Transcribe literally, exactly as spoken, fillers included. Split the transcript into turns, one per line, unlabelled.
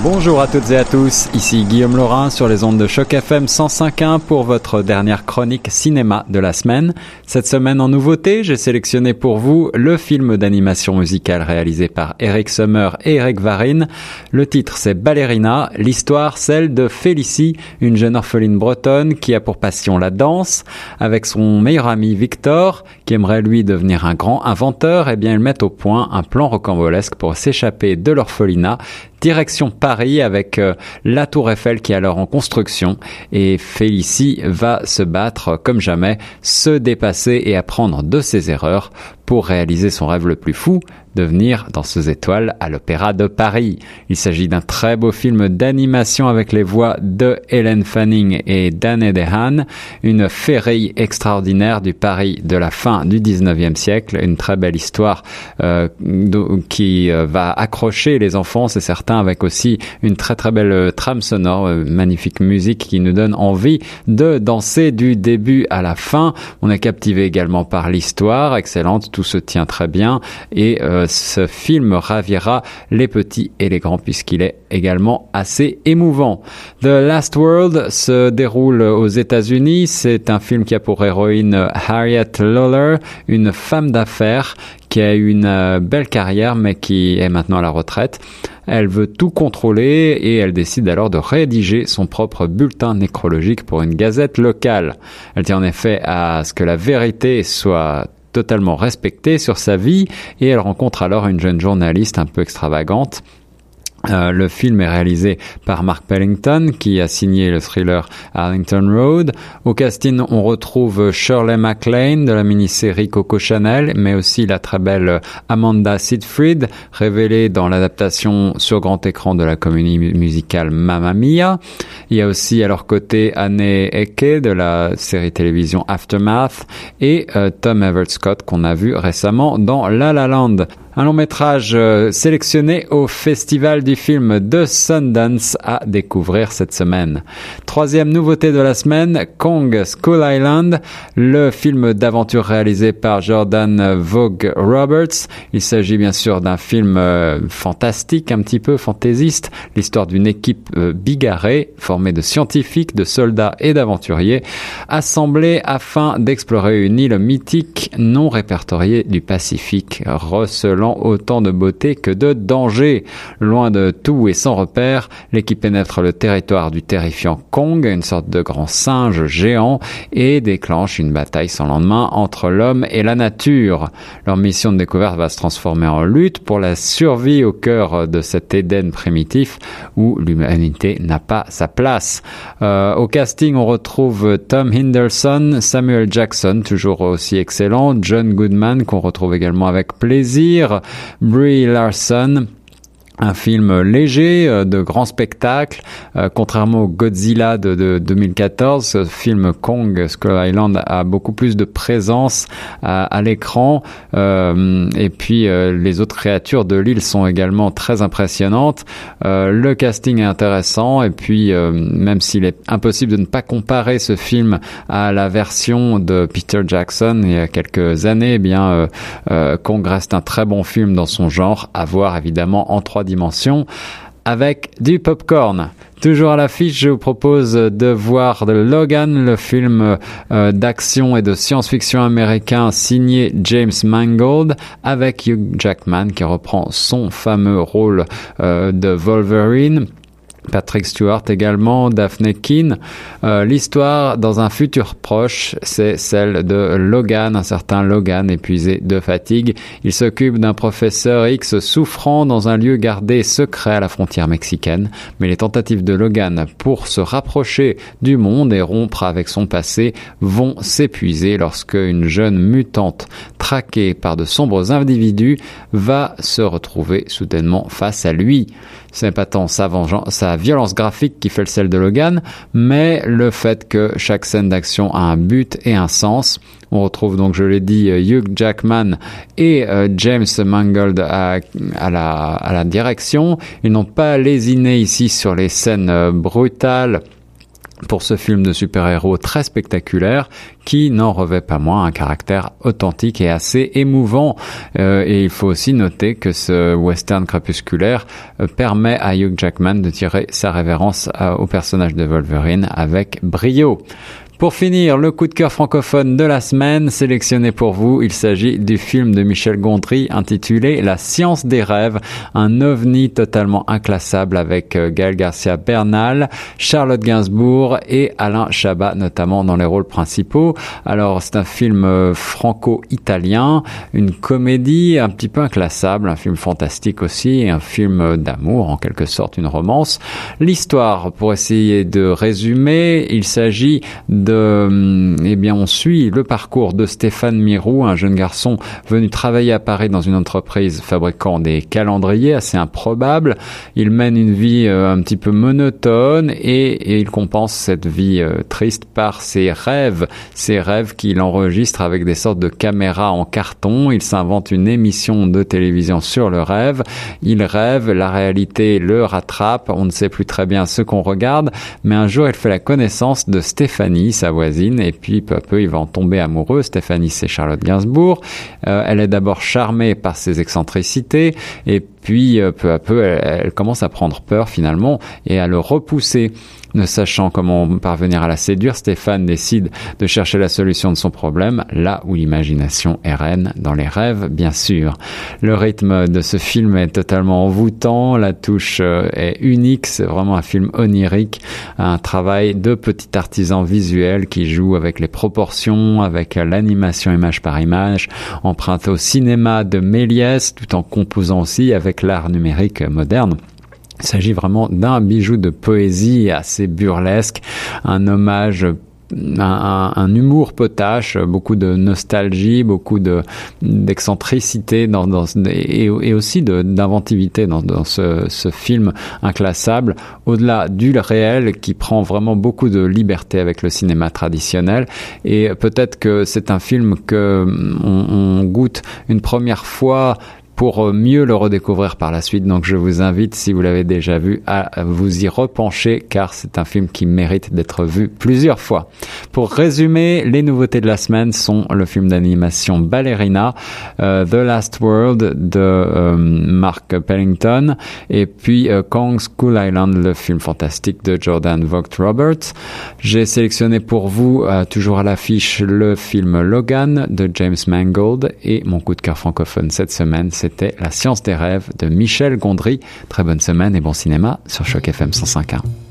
Bonjour à toutes et à tous, ici Guillaume Laurin sur les ondes de Choc F M cent cinq point un pour votre dernière chronique cinéma de la semaine. Cette semaine en nouveauté, j'ai sélectionné pour vous le film d'animation musicale réalisé par Eric Sommer et Eric Varine. Le titre c'est Ballerina, l'histoire celle de Félicie, une jeune orpheline bretonne qui a pour passion la danse. Avec son meilleur ami Victor, qui aimerait lui devenir un grand inventeur, eh bien ils mettent au point un plan rocambolesque pour s'échapper de l'orphelinat. Direction Paris avec euh, la Tour Eiffel qui est alors en construction et Félicie va se battre comme jamais, se dépasser et apprendre de ses erreurs pour réaliser son rêve le plus fou, devenir danseuse étoile à l'Opéra de Paris. Il s'agit d'un très beau film d'animation avec les voix de Helen Fanning et Dan Dehan, une féerie extraordinaire du Paris de la fin du dix-neuvième siècle, une très belle histoire euh, qui euh, va accrocher les enfants, c'est certain, avec aussi une très très belle trame sonore, euh, magnifique musique qui nous donne envie de danser du début à la fin. On est captivé également par l'histoire, excellente, tout se tient très bien et euh, ce film ravira les petits et les grands puisqu'il est également assez émouvant. The Last World se déroule aux États-Unis. C'est un film qui a pour héroïne Harriet Lawler, une femme d'affaires qui a eu une belle carrière mais qui est maintenant à la retraite. Elle veut tout contrôler et elle décide alors de rédiger son propre bulletin nécrologique pour une gazette locale. Elle tient en effet à ce que la vérité soit totalement respectée sur sa vie et elle rencontre alors une jeune journaliste un peu extravagante. Euh, le film est réalisé par Mark Pellington qui a signé le thriller Arlington Road. Au casting, on retrouve Shirley MacLaine de la mini-série Coco Chanel, mais aussi la très belle Amanda Seyfried, révélée dans l'adaptation sur grand écran de la comédie musicale Mamma Mia. Il y a aussi à leur côté Anne Eke de la série télévision Aftermath et euh, Tom Everett Scott qu'on a vu récemment dans La La Land. Un long métrage euh, sélectionné au Festival du film de Sundance à découvrir cette semaine. Troisième nouveauté de la semaine, Kong Skull Island, le film d'aventure réalisé par Jordan Vogt Roberts. Il s'agit bien sûr d'un film euh, fantastique, un petit peu fantaisiste, l'histoire d'une équipe euh, bigarrée formée de scientifiques, de soldats et d'aventuriers assemblés afin d'explorer une île mythique non répertoriée du Pacifique, recelant autant de beauté que de danger. Loin de tout et sans repère, l'équipe pénètre le territoire du terrifiant Kong, une sorte de grand singe géant, et déclenche une bataille sans lendemain entre l'homme et la nature. Leur mission de découverte va se transformer en lutte pour la survie au cœur de cet Éden primitif où l'humanité n'a pas sa place. Euh, au casting, on retrouve Tom Hiddleston, Samuel Jackson, toujours aussi excellent, John Goodman, qu'on retrouve également avec plaisir, Brie Larson. Un film léger, de grand spectacle, euh, contrairement au Godzilla de, de deux mille quatorze, ce film Kong Skull Island a beaucoup plus de présence à, à l'écran, euh, et puis euh, les autres créatures de l'île sont également très impressionnantes. Euh, le casting est intéressant, et puis euh, même s'il est impossible de ne pas comparer ce film à la version de Peter Jackson il y a quelques années, eh bien euh, euh, Kong reste un très bon film dans son genre, à voir évidemment en trois dimension avec du popcorn. Toujours à l'affiche, je vous propose de voir The Logan, le film euh, d'action et de science-fiction américain signé James Mangold avec Hugh Jackman qui reprend son fameux rôle euh, de Wolverine. Patrick Stewart également, Daphne Keane. Euh, l'histoire, dans un futur proche, c'est celle de Logan, un certain Logan épuisé de fatigue. Il s'occupe d'un professeur X souffrant dans un lieu gardé secret à la frontière mexicaine. Mais les tentatives de Logan pour se rapprocher du monde et rompre avec son passé vont s'épuiser lorsque une jeune mutante traquée par de sombres individus va se retrouver soudainement face à lui. Ce n'est pas tant sa vengeance, sa violence graphique qui fait le sel de Logan, mais le fait que chaque scène d'action a un but et un sens. On retrouve donc, je l'ai dit, Hugh Jackman et euh, James Mangold à, à, la, à la direction. Ils n'ont pas lésiné ici sur les scènes euh, brutales pour ce film de super-héros très spectaculaire qui n'en revêt pas moins un caractère authentique et assez émouvant. Euh, et il faut aussi noter que ce western crépusculaire euh, permet à Hugh Jackman de tirer sa révérence à, au personnage de Wolverine avec brio. Pour finir, le coup de cœur francophone de la semaine, sélectionné pour vous, il s'agit du film de Michel Gondry intitulé La science des rêves, un ovni totalement inclassable avec Gaël Garcia Bernal, Charlotte Gainsbourg et Alain Chabat notamment dans les rôles principaux. Alors c'est un film franco-italien, une comédie un petit peu inclassable, un film fantastique aussi, un film d'amour en quelque sorte, une romance. L'histoire, pour essayer de résumer, il s'agit de De, eh bien, on suit le parcours de Stéphane Mirou, un jeune garçon venu travailler à Paris dans une entreprise fabriquant des calendriers assez improbables. Il mène une vie euh, un petit peu monotone et, et il compense cette vie euh, triste par ses rêves, ses rêves qu'il enregistre avec des sortes de caméras en carton. Il s'invente une émission de télévision sur le rêve. Il rêve, la réalité le rattrape. On ne sait plus très bien ce qu'on regarde, mais un jour, il fait la connaissance de Stéphanie, sa voisine, et puis peu à peu il va en tomber amoureux. Stéphanie, c'est Charlotte Gainsbourg. Euh, elle est d'abord charmée par ses excentricités et puis euh, peu à peu elle, elle commence à prendre peur finalement et à le repousser. Ne sachant comment parvenir à la séduire, Stéphane décide de chercher la solution de son problème là où l'imagination est reine, dans les rêves bien sûr. Le rythme de ce film est totalement envoûtant, la touche est unique, c'est vraiment un film onirique, un travail de petit artisan visuel qui joue avec les proportions, avec l'animation image par image, emprunté au cinéma de Méliès tout en composant aussi avec l'art numérique moderne. Il s'agit vraiment d'un bijou de poésie assez burlesque, un hommage, un, un, un humour potache, beaucoup de nostalgie, beaucoup de d'excentricité dans, dans, et, et aussi de, d'inventivité dans, dans ce, ce film inclassable, au-delà du réel qui prend vraiment beaucoup de liberté avec le cinéma traditionnel. Et peut-être que c'est un film que on, on goûte une première fois pour mieux le redécouvrir par la suite. Donc je vous invite, si vous l'avez déjà vu, à vous y repencher car c'est un film qui mérite d'être vu plusieurs fois. Pour résumer, les nouveautés de la semaine sont le film d'animation Ballerina, euh, The Last World de euh, Mark Pellington et puis euh, Kong Skull Island, le film fantastique de Jordan Vogt-Roberts. J'ai sélectionné pour vous, euh, toujours à l'affiche, le film Logan de James Mangold et mon coup de cœur francophone cette semaine, c'était La science des rêves de Michel Gondry. Très bonne semaine et bon cinéma sur Choc F M cent cinq point un.